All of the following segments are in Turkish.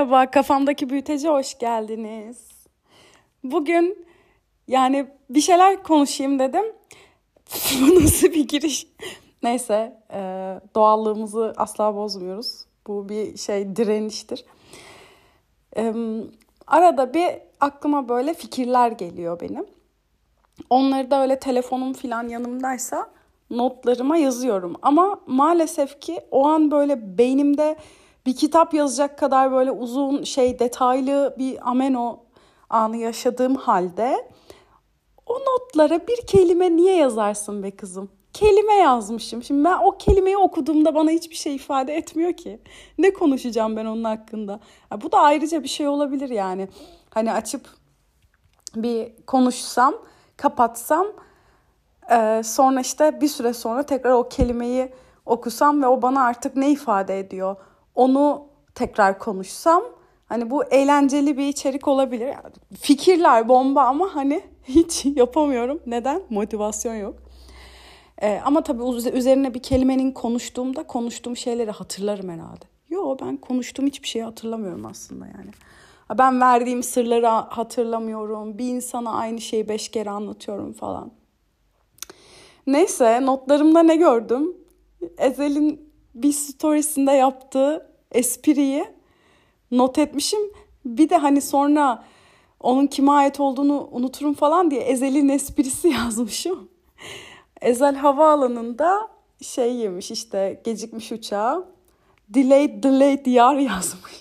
Merhaba, kafamdaki büyütece hoş geldiniz. Bugün bir şeyler konuşayım dedim. Bu nasıl bir giriş? Neyse, doğallığımızı asla bozmuyoruz. Bu bir direniştir. E, Arada bir aklıma böyle fikirler geliyor benim. Onları da öyle telefonum falan yanımdaysa notlarıma yazıyorum. Ama maalesef ki o an böyle beynimde bir kitap yazacak kadar böyle uzun detaylı bir ameno anı yaşadığım halde o notlara bir kelime niye yazarsın be kızım? Kelime yazmışım. Şimdi ben o kelimeyi okuduğumda bana hiçbir şey ifade etmiyor ki. Ne konuşacağım ben onun hakkında? Ya bu da ayrıca bir şey olabilir yani. Hani açıp bir konuşsam, kapatsam, sonra bir süre sonra tekrar o kelimeyi okusam ve o bana artık ne ifade ediyor? Onu tekrar konuşsam, hani bu eğlenceli bir içerik olabilir. Yani fikirler bomba ama hani hiç yapamıyorum. Neden? Motivasyon yok. Ama tabii üzerine bir kelimenin konuştuğumda konuştuğum şeyleri hatırlarım herhalde. Yo, ben konuştuğum hiçbir şeyi hatırlamıyorum aslında yani. Ben verdiğim sırları hatırlamıyorum. Bir insana aynı şeyi 5 kere anlatıyorum falan. Neyse, notlarımda ne gördüm? Ezel'in bir storiesinde yaptığı espriyi not etmişim. Bir de hani sonra onun kime ait olduğunu unuturum falan diye Ezel'in esprisi yazmışım. Ezel havaalanında yemiş gecikmiş uçağa. Delayed yar yazmış.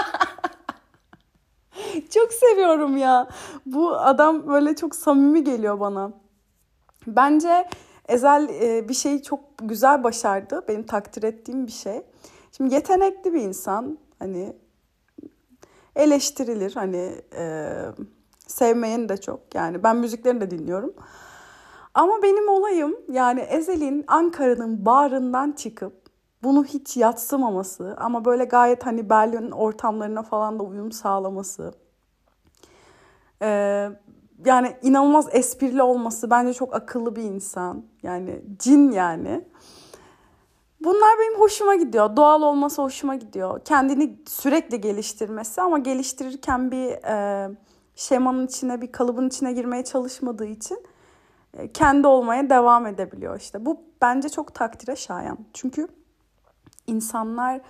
Çok seviyorum ya. Bu adam böyle çok samimi geliyor bana. Bence Ezel bir şeyi çok güzel başardı. Benim takdir ettiğim bir şey. Şimdi yetenekli bir insan. Hani eleştirilir. Hani sevmeyeni de çok. Yani ben müziklerini de dinliyorum. Ama benim olayım yani Ezel'in Ankara'nın bağrından çıkıp bunu hiç yadsımaması ama böyle gayet hani Berlin ortamlarına falan da uyum sağlaması. Yani inanılmaz esprili olması, bence çok akıllı bir insan. Yani cin yani. Bunlar benim hoşuma gidiyor. Doğal olması hoşuma gidiyor. Kendini sürekli geliştirmesi ama geliştirirken bir şemanın içine, bir kalıbın içine girmeye çalışmadığı için kendi olmaya devam edebiliyor işte. Bu bence çok takdire şayan. Çünkü insanlar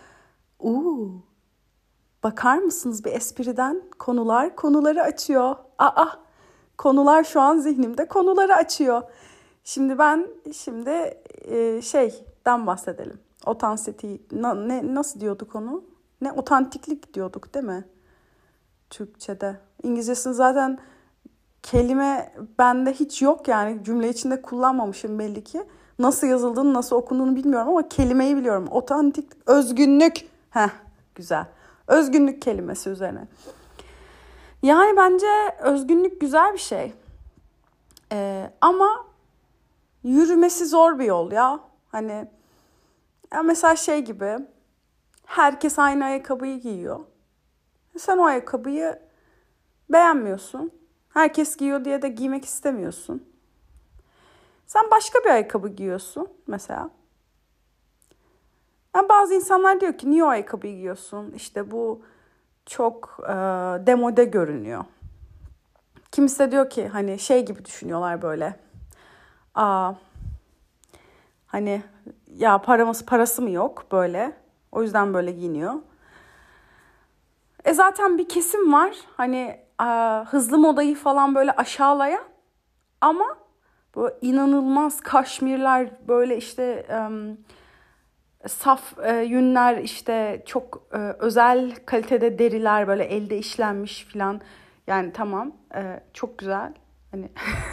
bakar mısınız bir espriden konuları açıyor. Konular şu an zihnimde konuları açıyor. Şimdi şeyden bahsedelim. Otantik, nasıl diyorduk onu? Ne otantiklik diyorduk değil mi? Türkçe'de. İngilizcesini zaten kelime bende hiç yok yani cümle içinde kullanmamışım belli ki. Nasıl yazıldığını, nasıl okunduğunu bilmiyorum ama kelimeyi biliyorum. Otantik, özgünlük. Güzel. Özgünlük kelimesi üzerine. Yani bence özgünlük güzel bir şey. Ama yürümesi zor bir yol ya. Hani ya mesela gibi herkes aynı ayakkabıyı giyiyor. Sen o ayakkabıyı beğenmiyorsun. Herkes giyiyor diye de giymek istemiyorsun. Sen başka bir ayakkabı giyiyorsun mesela. Yani bazı insanlar diyor ki niye o ayakkabıyı giyiyorsun? İşte bu çok demode görünüyor. Kimisi de diyor ki hani gibi düşünüyorlar böyle. Hani ya parası mı yok böyle. O yüzden böyle giyiniyor. Zaten bir kesim var. Hani hızlı modayı falan böyle aşağılayan ama böyle inanılmaz kaşmirler böyle saf yünler çok özel kalitede deriler böyle elde işlenmiş falan. Yani tamam çok güzel. Hani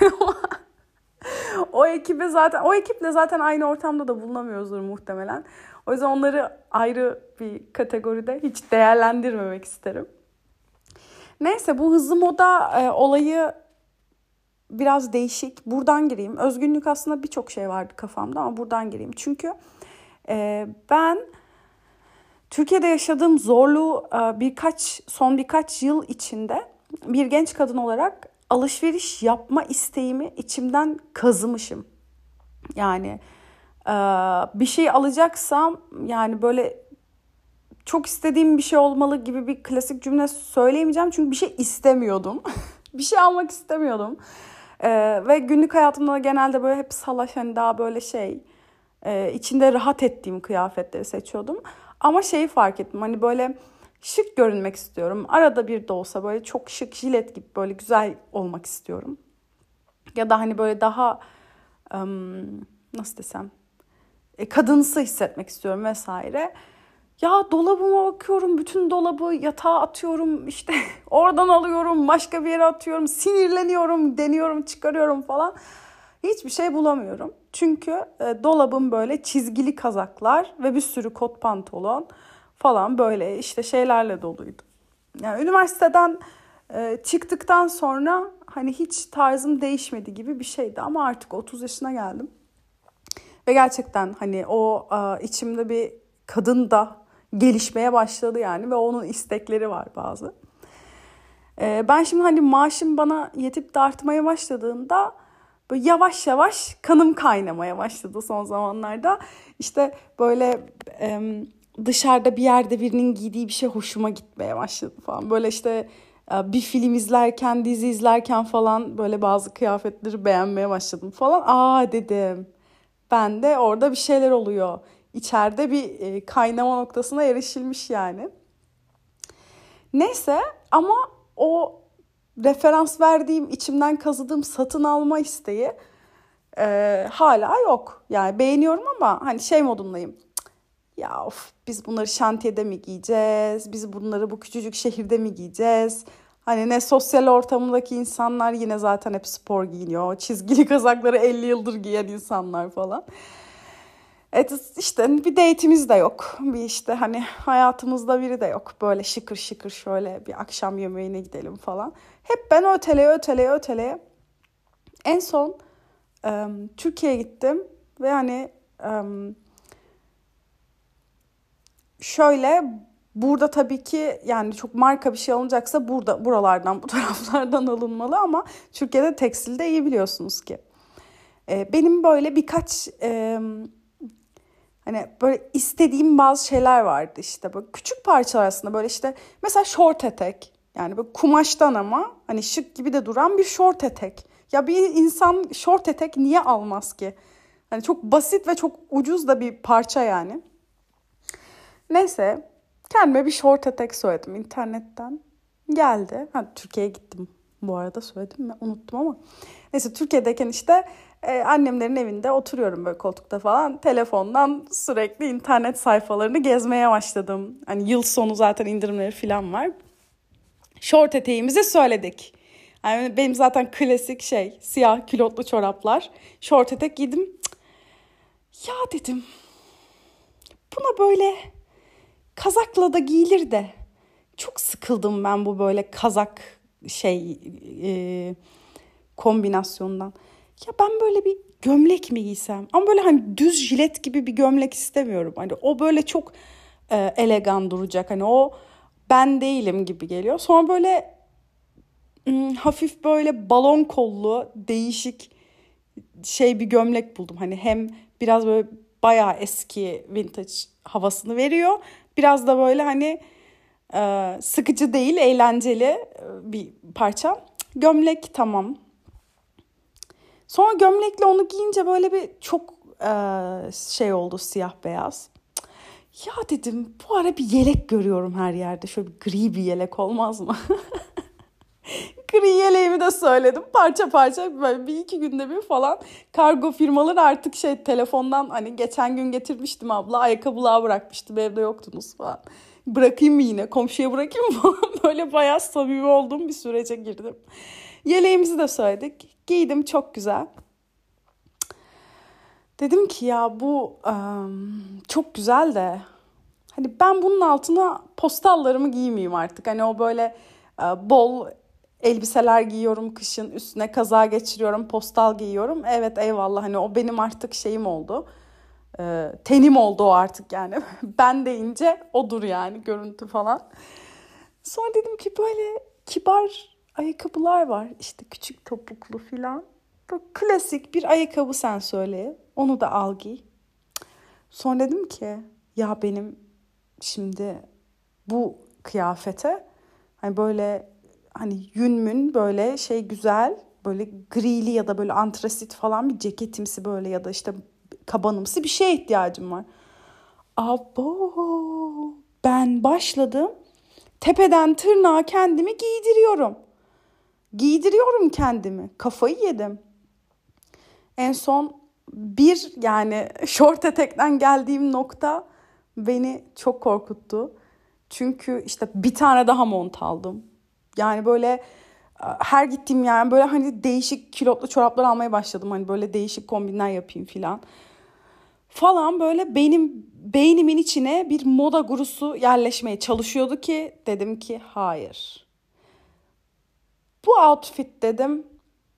o ekiple zaten aynı ortamda da bulunamıyoruzdur muhtemelen. O yüzden onları ayrı bir kategoride hiç değerlendirmemek isterim. Neyse bu hızlı moda olayı biraz değişik. Buradan gireyim. Özgünlük aslında birçok şey vardı kafamda ama buradan gireyim. Çünkü ben Türkiye'de yaşadığım zorluğu son birkaç yıl içinde bir genç kadın olarak alışveriş yapma isteğimi içimden kazımışım. Yani bir şey alacaksam yani böyle çok istediğim bir şey olmalı gibi bir klasik cümle söyleyemeyeceğim. Çünkü bir şey istemiyordum. Bir şey almak istemiyordum. Ve günlük hayatımda da genelde böyle hep salaş, hani daha böyle içinde rahat ettiğim kıyafetleri seçiyordum. Ama şeyi fark ettim, hani böyle şık görünmek istiyorum. Arada bir de olsa böyle çok şık, jilet gibi böyle güzel olmak istiyorum. Ya da hani böyle daha nasıl desem, kadınsı hissetmek istiyorum vesaire. Ya dolabıma bakıyorum, bütün dolabı yatağa atıyorum, işte oradan alıyorum, başka bir yere atıyorum, sinirleniyorum, deniyorum, çıkarıyorum falan. Hiçbir şey bulamıyorum. Çünkü dolabım böyle çizgili kazaklar ve bir sürü kot pantolon falan böyle işte şeylerle doluydu. Yani üniversiteden çıktıktan sonra hani hiç tarzım değişmedi gibi bir şeydi ama artık 30 yaşına geldim. Ve gerçekten hani o içimde bir kadın da gelişmeye başladı yani ve onun istekleri var bazı. Ben şimdi hani maaşım bana yetip de artmaya başladığında böyle yavaş yavaş kanım kaynamaya başladı son zamanlarda. İşte böyle dışarıda bir yerde birinin giydiği bir şey hoşuma gitmeye başladı falan. Böyle işte bir film izlerken, dizi izlerken falan böyle bazı kıyafetleri beğenmeye başladım falan. Aa dedim. Ben de orada bir şeyler oluyor. İçeride bir kaynama noktasına erişilmiş yani. Neyse ama o referans verdiğim, içimden kazıdığım satın alma isteği hala yok. Yani beğeniyorum ama hani şey modundayım. Ya of, biz bunları şantiyede mi giyeceğiz? Biz bunları bu küçücük şehirde mi giyeceğiz? Hani ne sosyal ortamındaki insanlar yine zaten hep spor giyiniyor. Çizgili kazakları 50 yıldır giyen insanlar falan. İşte bir date'imiz de yok. Bir işte hani hayatımızda biri de yok. Böyle şıkır şıkır şöyle bir akşam yemeğine gidelim falan. Hep ben öteleye. En son Türkiye'ye gittim ve hani şöyle burada tabii ki yani çok marka bir şey alınacaksa buralardan bu taraflardan alınmalı ama Türkiye'de tekstilde iyi biliyorsunuz ki. Benim böyle birkaç hani böyle istediğim bazı şeyler vardı işte böyle küçük parçalar aslında böyle işte mesela şort etek yani böyle kumaştan ama hani şık gibi de duran bir şort etek. Ya bir insan şort etek niye almaz ki? Hani çok basit ve çok ucuz da bir parça yani. Neyse kendime bir şort etek söyledim internetten. Geldi. Ha, Türkiye'ye gittim bu arada, söyledim mi? Unuttum ama. Neyse Türkiye'deyken işte annemlerin evinde oturuyorum böyle koltukta falan. Telefondan sürekli internet sayfalarını gezmeye başladım. Hani yıl sonu zaten indirimleri falan var. Şort eteğimizi söyledik. Yani benim zaten klasik siyah külotlu çoraplar. Şort etek giydim. Ya dedim buna böyle kazakla da giyilir de çok sıkıldım ben bu böyle kazak kombinasyondan. Ya ben böyle bir gömlek mi giysem? Ama böyle hani düz jilet gibi bir gömlek istemiyorum. Hani o böyle çok elegan duracak. Hani o ben değilim gibi geliyor. Sonra böyle hafif böyle balon kollu değişik bir gömlek buldum. Hani hem biraz böyle bayağı eski vintage havasını veriyor. Biraz da böyle hani sıkıcı değil, eğlenceli bir parça. Gömlek tamam. Sonra gömlekle onu giyince böyle bir çok oldu, siyah beyaz. Ya dedim bu ara bir yelek görüyorum her yerde. Şöyle bir gri bir yelek olmaz mı? Gri yeleğimi de söyledim. Parça parça böyle bir iki günde bir falan. Kargo firmaları artık telefondan hani geçen gün getirmiştim abla. Ayakkabılığa bırakmıştım, evde yoktunuz falan. Bırakayım mı yine? Komşuya bırakayım mı falan. Böyle bayağı samimi olduğum bir sürece girdim. Yeleğimizi de söyledik. Giydim, çok güzel. Dedim ki ya bu çok güzel de hani ben bunun altına postallarımı giymeyeyim artık. Hani o böyle bol elbiseler giyiyorum kışın, üstüne kaza geçiriyorum, postal giyiyorum. Evet eyvallah, hani o benim artık şeyim oldu. Tenim oldu o artık yani. Ben deyince odur yani, görüntü falan. Sonra dedim ki böyle kibar ayakkabılar var. İşte küçük topuklu falan. Böyle klasik bir ayakkabı sen söyle. Onu da al giy. Sonra dedim ki ya benim şimdi bu kıyafete. Hani böyle hani yün böyle şey güzel, böyle grili ya da böyle antrasit falan bir ceketimsi böyle ya da işte kabanımsı bir şeye ihtiyacım var. Abo, ben başladım. Tepeden tırnağa kendimi giydiriyorum. Giydiriyorum kendimi. Kafayı yedim. En son bir yani şort etekten geldiğim nokta beni çok korkuttu. Çünkü işte bir tane daha mont aldım. Yani böyle her gittiğim yer böyle hani değişik kilotlu çoraplar almaya başladım. Hani böyle değişik kombinler yapayım filan. Falan böyle benim beynimin içine bir moda gurusu yerleşmeye çalışıyordu ki dedim ki hayır. Bu outfit dedim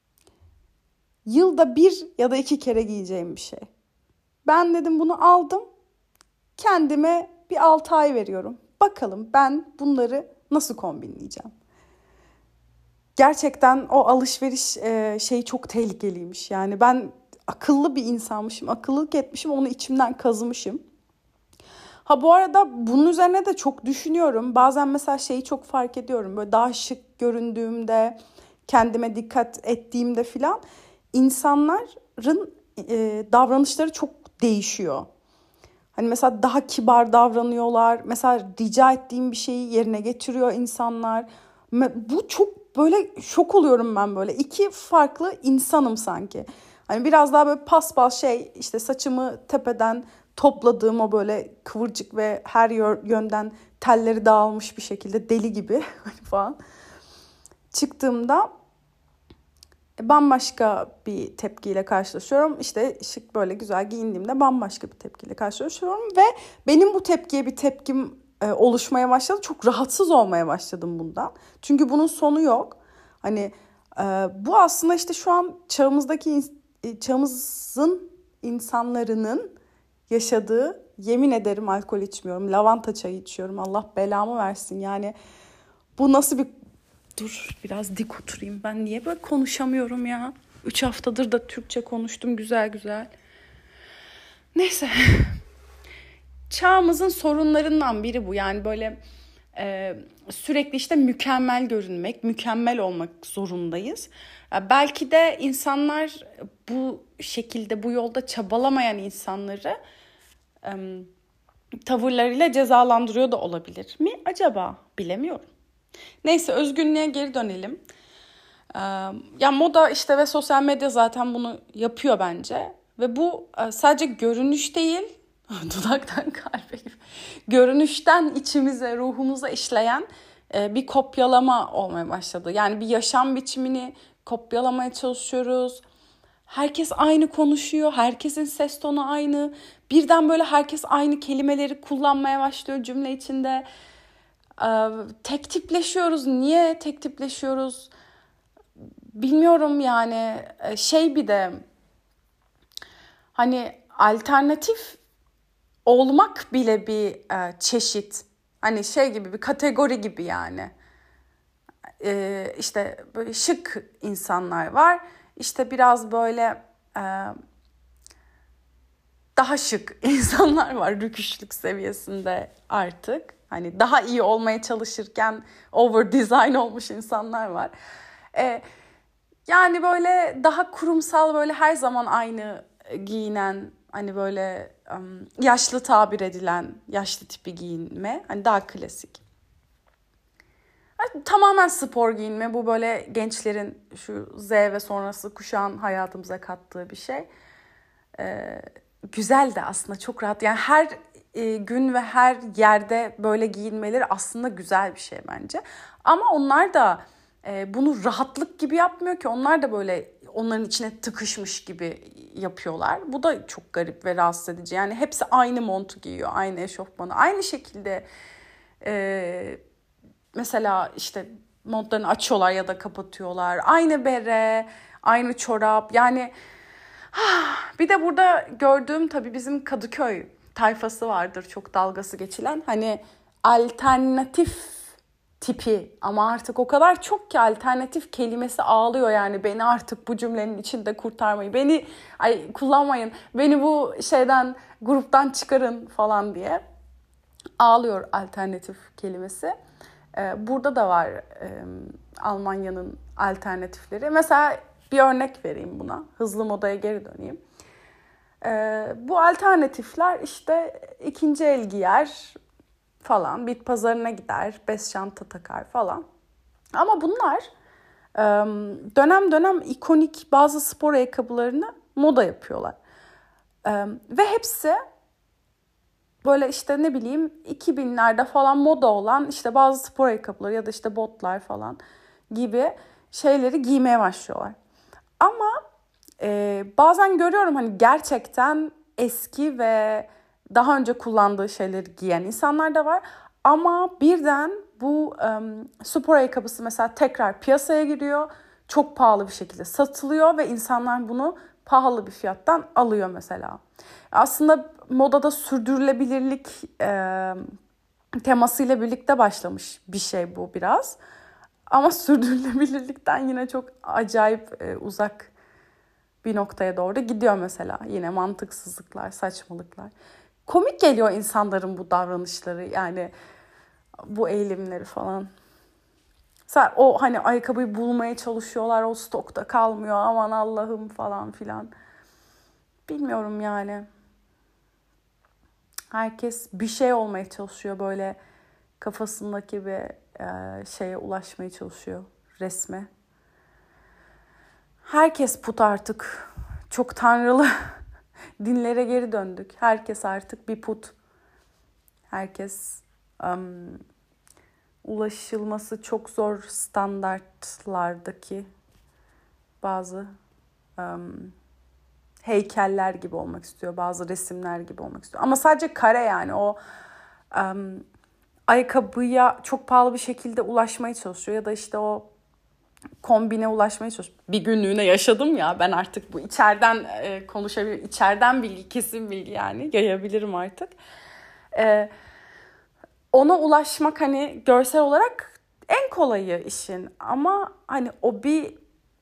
yılda bir ya da iki kere giyeceğim bir şey. Ben dedim bunu aldım. Kendime bir 6 ay veriyorum. Bakalım ben bunları nasıl kombinleyeceğim. Gerçekten o alışveriş şeyi çok tehlikeliymiş. Yani ben akıllı bir insanmışım. Akıllılık etmişim. Onu içimden kazımışım. Ha bu arada bunun üzerine de çok düşünüyorum. Bazen mesela şeyi çok fark ediyorum. Böyle daha şık göründüğümde, kendime dikkat ettiğimde filan insanların davranışları çok değişiyor. Hani mesela daha kibar davranıyorlar. Mesela rica ettiğim bir şeyi yerine getiriyor insanlar. Bu çok böyle şok oluyorum ben böyle. İki farklı insanım sanki. Hani biraz daha böyle paspal şey işte saçımı tepeden topladığım o böyle kıvırcık ve her yönden telleri dağılmış bir şekilde deli gibi falan çıktığımda bambaşka bir tepkiyle karşılaşıyorum. İşte şık böyle güzel giyindiğimde bambaşka bir tepkiyle karşılaşıyorum ve benim bu tepkiye bir tepkim oluşmaya başladı. Çok rahatsız olmaya başladım bundan. Çünkü bunun sonu yok. Hani bu aslında işte şu an çağımızın insanların yaşadığı, yemin ederim alkol içmiyorum, lavanta çayı içiyorum. Allah belamı versin. Yani bu nasıl bir... Dur biraz dik oturayım. Ben niye böyle konuşamıyorum ya? 3 haftadır da Türkçe konuştum güzel güzel. Neyse. Çağımızın sorunlarından biri bu. Yani böyle sürekli işte mükemmel görünmek, mükemmel olmak zorundayız. Belki de insanlar bu şekilde, bu yolda çabalamayan insanları tavırlarıyla cezalandırıyor da olabilir mi? Acaba bilemiyorum. Neyse özgünlüğe geri dönelim. Ya moda işte ve sosyal medya zaten bunu yapıyor bence. Ve bu sadece görünüş değil, dudaktan kalbe gibi. Görünüşten içimize, ruhumuza işleyen bir kopyalama olmaya başladı. Yani bir yaşam biçimini kopyalamaya çalışıyoruz. Herkes aynı konuşuyor, herkesin ses tonu aynı. Birden böyle herkes aynı kelimeleri kullanmaya başlıyor cümle içinde. Tek tipleşiyoruz. Niye tek tipleşiyoruz? Bilmiyorum yani. Şey bir de hani alternatif olmak bile bir çeşit. Hani şey gibi bir kategori gibi yani. İşte böyle şık insanlar var. İşte biraz böyle daha şık insanlar var rüküşlük seviyesinde artık. Hani daha iyi olmaya çalışırken over design olmuş insanlar var. Yani böyle daha kurumsal böyle her zaman aynı giyinen hani böyle yaşlı tabir edilen yaşlı tipi giyinme. Hani daha klasik. Yani tamamen spor giyinme bu böyle gençlerin şu Z ve sonrası kuşağın hayatımıza kattığı bir şey. Güzel de aslında çok rahat. Yani her gün ve her yerde böyle giyinmeleri aslında güzel bir şey bence. Ama onlar da bunu rahatlık gibi yapmıyor ki. Onlar da böyle onların içine tıkışmış gibi yapıyorlar. Bu da çok garip ve rahatsız edici. Yani hepsi aynı montu giyiyor, aynı eşofmanı. Aynı şekilde mesela işte montlarını açıyorlar ya da kapatıyorlar. Aynı bere, aynı çorap. Yani bir de burada gördüğüm tabii bizim Kadıköy tayfası vardır çok dalgası geçilen. Hani alternatif tipi ama artık o kadar çok ki alternatif kelimesi ağlıyor yani beni artık bu cümlenin içinde kurtarmayın. Beni kullanmayın. Beni bu şeyden gruptan çıkarın falan diye. ağlıyor alternatif kelimesi. Burada da var Almanya'nın alternatifleri. Mesela bir örnek vereyim buna. Hızlı modaya geri döneyim. Bu alternatifler işte ikinci el giyer falan. Bit pazarına gider, bez çanta takar falan. Ama bunlar dönem dönem ikonik bazı spor ayakkabılarını moda yapıyorlar. Ve hepsi böyle işte ne bileyim 2000'lerde falan moda olan işte bazı spor ayakkabıları ya da işte botlar falan gibi şeyleri giymeye başlıyorlar. Ama bazen görüyorum hani gerçekten eski ve daha önce kullandığı şeyleri giyen insanlar da var. Ama birden bu spor ayakkabısı mesela tekrar piyasaya giriyor. Çok pahalı bir şekilde satılıyor ve insanlar bunu pahalı bir fiyattan alıyor mesela. Aslında modada sürdürülebilirlik temasıyla birlikte başlamış bir şey bu biraz. Ama sürdürülebilirlikten yine çok acayip uzak bir noktaya doğru gidiyor mesela. Yine mantıksızlıklar, saçmalıklar. Komik geliyor insanların bu davranışları, yani bu eğilimleri falan. O hani ayakkabıyı bulmaya çalışıyorlar, o stokta kalmıyor, aman Allah'ım falan filan. Bilmiyorum yani. Herkes bir şey olmaya çalışıyor, böyle kafasındaki bir şeye ulaşmaya çalışıyor, resme. Herkes put artık. Çok tanrılı dinlere geri döndük. Herkes artık bir put. Herkes ulaşılması çok zor standartlardaki bazı heykeller gibi olmak istiyor. Bazı resimler gibi olmak istiyor. Ama sadece kare, yani o ayakkabıya çok pahalı bir şekilde ulaşmaya çalışıyor. Ya da işte o kombine ulaşmaya çalışıyor. Bir günlüğüne yaşadım ya ben, artık bu içeriden konuşabilirim. İçeriden bilgi, kesin bilgi yani yayabilirim artık. Ona ulaşmak hani görsel olarak en kolayı işin. Ama hani o bir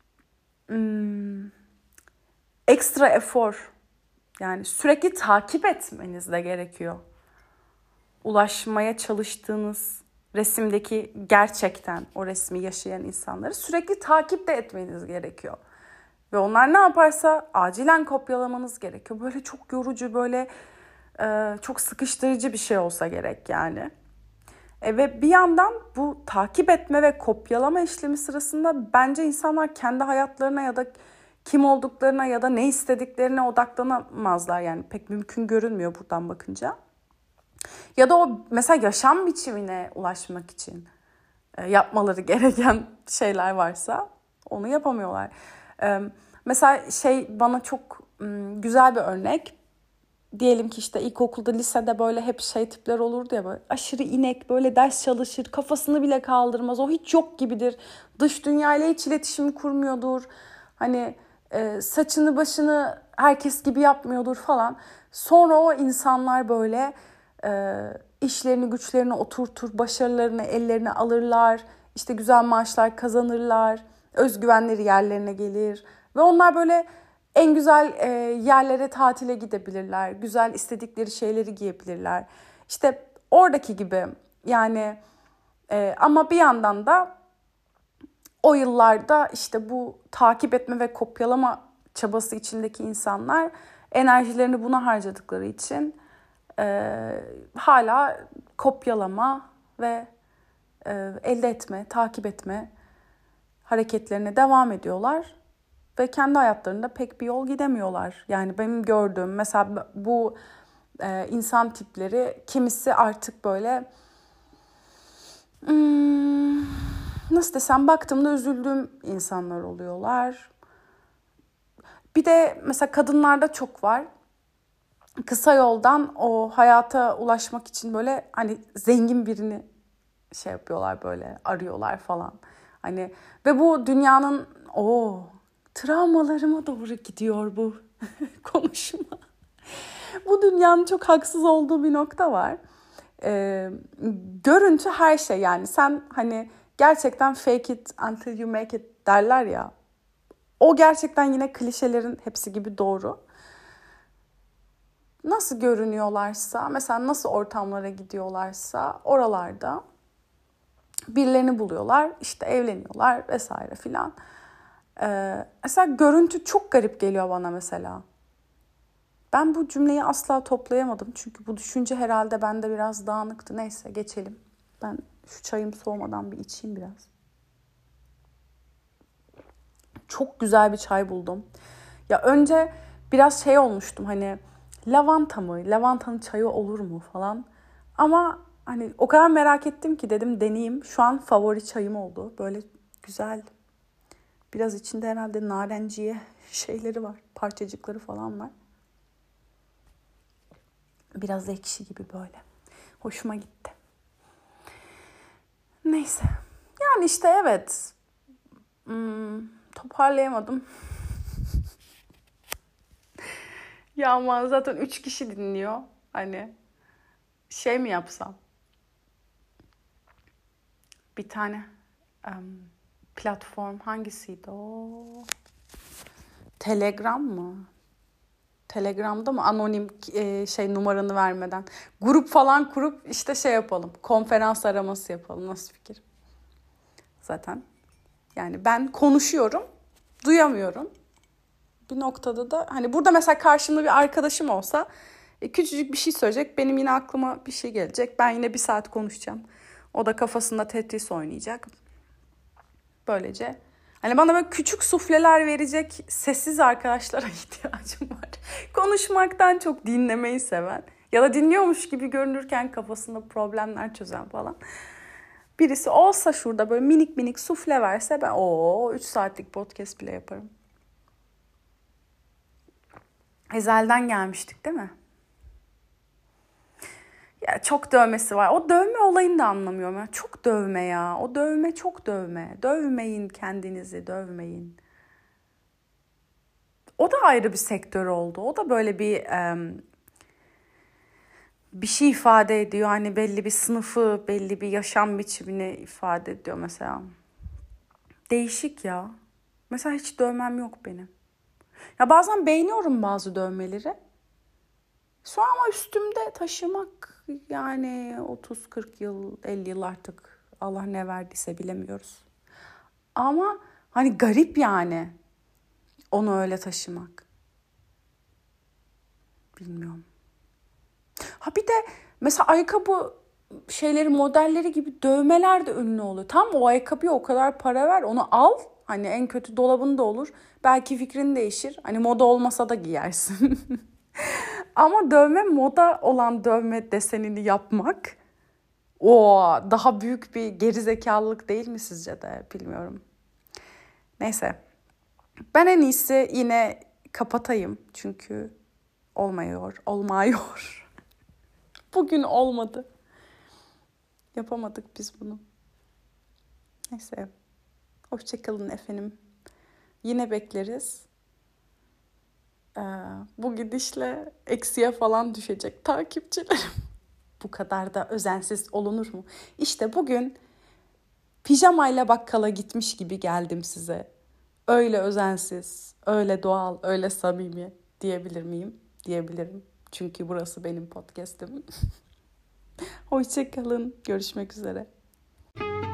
ekstra efor. Yani sürekli takip etmeniz de gerekiyor. Ulaşmaya çalıştığınız resimdeki gerçekten o resmi yaşayan insanları sürekli takip de etmeniz gerekiyor. Ve onlar ne yaparsa acilen kopyalamanız gerekiyor. Böyle çok yorucu, böyle çok sıkıştırıcı bir şey olsa gerek yani. Ve bir yandan bu takip etme ve kopyalama işlemi sırasında bence insanlar kendi hayatlarına ya da kim olduklarına ya da ne istediklerine odaklanamazlar. Yani pek mümkün görünmüyor buradan bakınca. Ya da o mesela yaşam biçimine ulaşmak için yapmaları gereken şeyler varsa onu yapamıyorlar. Mesela bana çok güzel bir örnek. Diyelim ki işte ilkokulda, lisede böyle hep tipler olurdu ya, böyle aşırı inek, böyle ders çalışır, kafasını bile kaldırmaz, o hiç yok gibidir. Dış dünyayla hiç iletişim kurmuyordur. Hani saçını başını herkes gibi yapmıyordur falan. Sonra o insanlar böyle işlerini güçlerini oturtur, başarılarını ellerine alırlar, işte güzel maaşlar kazanırlar, özgüvenleri yerlerine gelir ve onlar böyle en güzel yerlere tatile gidebilirler, güzel istedikleri şeyleri giyebilirler. İşte oradaki gibi yani, ama bir yandan da o yıllarda işte bu takip etme ve kopyalama çabası içindeki insanlar enerjilerini buna harcadıkları için hala kopyalama ve elde etme, takip etme hareketlerine devam ediyorlar. Ve kendi hayatlarında pek bir yol gidemiyorlar. Yani benim gördüğüm mesela bu insan tipleri, kimisi artık böyle nasıl desem, baktığımda üzüldüğüm insanlar oluyorlar. Bir de mesela kadınlarda çok var. Kısa yoldan o hayata ulaşmak için böyle hani zengin birini yapıyorlar, böyle arıyorlar falan. Hani ve bu dünyanın travmalarıma doğru gidiyor bu konuşma. Bu dünyanın çok haksız olduğu bir nokta var. Görüntü her şey, yani sen hani gerçekten fake it until you make it derler ya. O gerçekten yine klişelerin hepsi gibi doğru. Ne nasıl görünüyorlarsa, mesela nasıl ortamlara gidiyorlarsa oralarda birilerini buluyorlar, işte evleniyorlar vesaire filan. Mesela görüntü çok garip geliyor bana mesela. Ben bu cümleyi asla toplayamadım. Çünkü bu düşünce herhalde bende biraz dağınıktı. Neyse geçelim. Ben şu çayım soğumadan bir içeyim biraz. Çok güzel bir çay buldum. Ya önce biraz şey olmuştum, hani lavanta mı? Lavantanın çayı olur mu falan. Ama hani o kadar merak ettim ki dedim deneyeyim. Şu an favori çayım oldu. Böyle güzel. Biraz içinde herhalde narenciye şeyleri var. Parçacıkları falan var. Biraz ekşi gibi böyle. Hoşuma gitti. Neyse. Yani işte evet. Toparlayamadım. Ya ama zaten 3 kişi dinliyor. Hani şey mi yapsam? Bir tane platform hangisiydi o? Telegram mı? Telegram'da mı? Anonim şey numaranı vermeden. Grup falan kurup işte şey yapalım. Konferans araması yapalım. Nasıl fikir? Zaten yani ben konuşuyorum. Duyamıyorum. Bir noktada da hani burada mesela karşımda bir arkadaşım olsa küçücük bir şey söyleyecek. Benim yine aklıma bir şey gelecek. Ben yine 1 saat konuşacağım. O da kafasında Tetris oynayacak. Böylece hani bana böyle küçük sufleler verecek sessiz arkadaşlara ihtiyacım var. Konuşmaktan çok dinlemeyi seven ya da dinliyormuş gibi görünürken kafasında problemler çözen falan. Birisi olsa şurada böyle minik minik sufle verse ben 3 saatlik podcast bile yaparım. Ezelden gelmiştik değil mi? Ya çok dövmesi var. O dövme olayını da anlamıyorum. Ya. Çok dövme ya. O dövme çok dövme. Dövmeyin kendinizi, dövmeyin. O da ayrı bir sektör oldu. O da böyle bir şey ifade ediyor. Hani belli bir sınıfı, belli bir yaşam biçimini ifade ediyor mesela. Değişik ya. Mesela hiç dövmem yok benim. Ya bazen beğeniyorum bazı dövmeleri. Sonra ama üstümde taşımak yani 30-40 yıl, 50 yıl artık Allah ne verdiyse bilemiyoruz. Ama hani garip yani onu öyle taşımak. Bilmiyorum. Ha bir de mesela ayakkabı şeyleri modelleri gibi dövmeler de ünlü oluyor. Tam o ayakkabıya o kadar para ver onu al. Hani en kötü dolabında olur. Belki fikrin değişir. Hani moda olmasa da giyersin. Ama dövme moda olan dövme desenini yapmak o daha büyük bir gerizekalılık değil mi sizce de bilmiyorum. Neyse ben en iyisi yine kapatayım çünkü olmuyor. Bugün olmadı. Yapamadık biz bunu. Neyse. Hoşça kalın efendim. Yine bekleriz. Bu gidişle eksiye falan düşecek takipçilerim. Bu kadar da özensiz olunur mu? İşte bugün pijamayla bakkala gitmiş gibi geldim size. Öyle özensiz, öyle doğal, öyle samimi diyebilir miyim? Diyebilirim. Çünkü burası benim podcast'im. Hoşça kalın. Görüşmek üzere.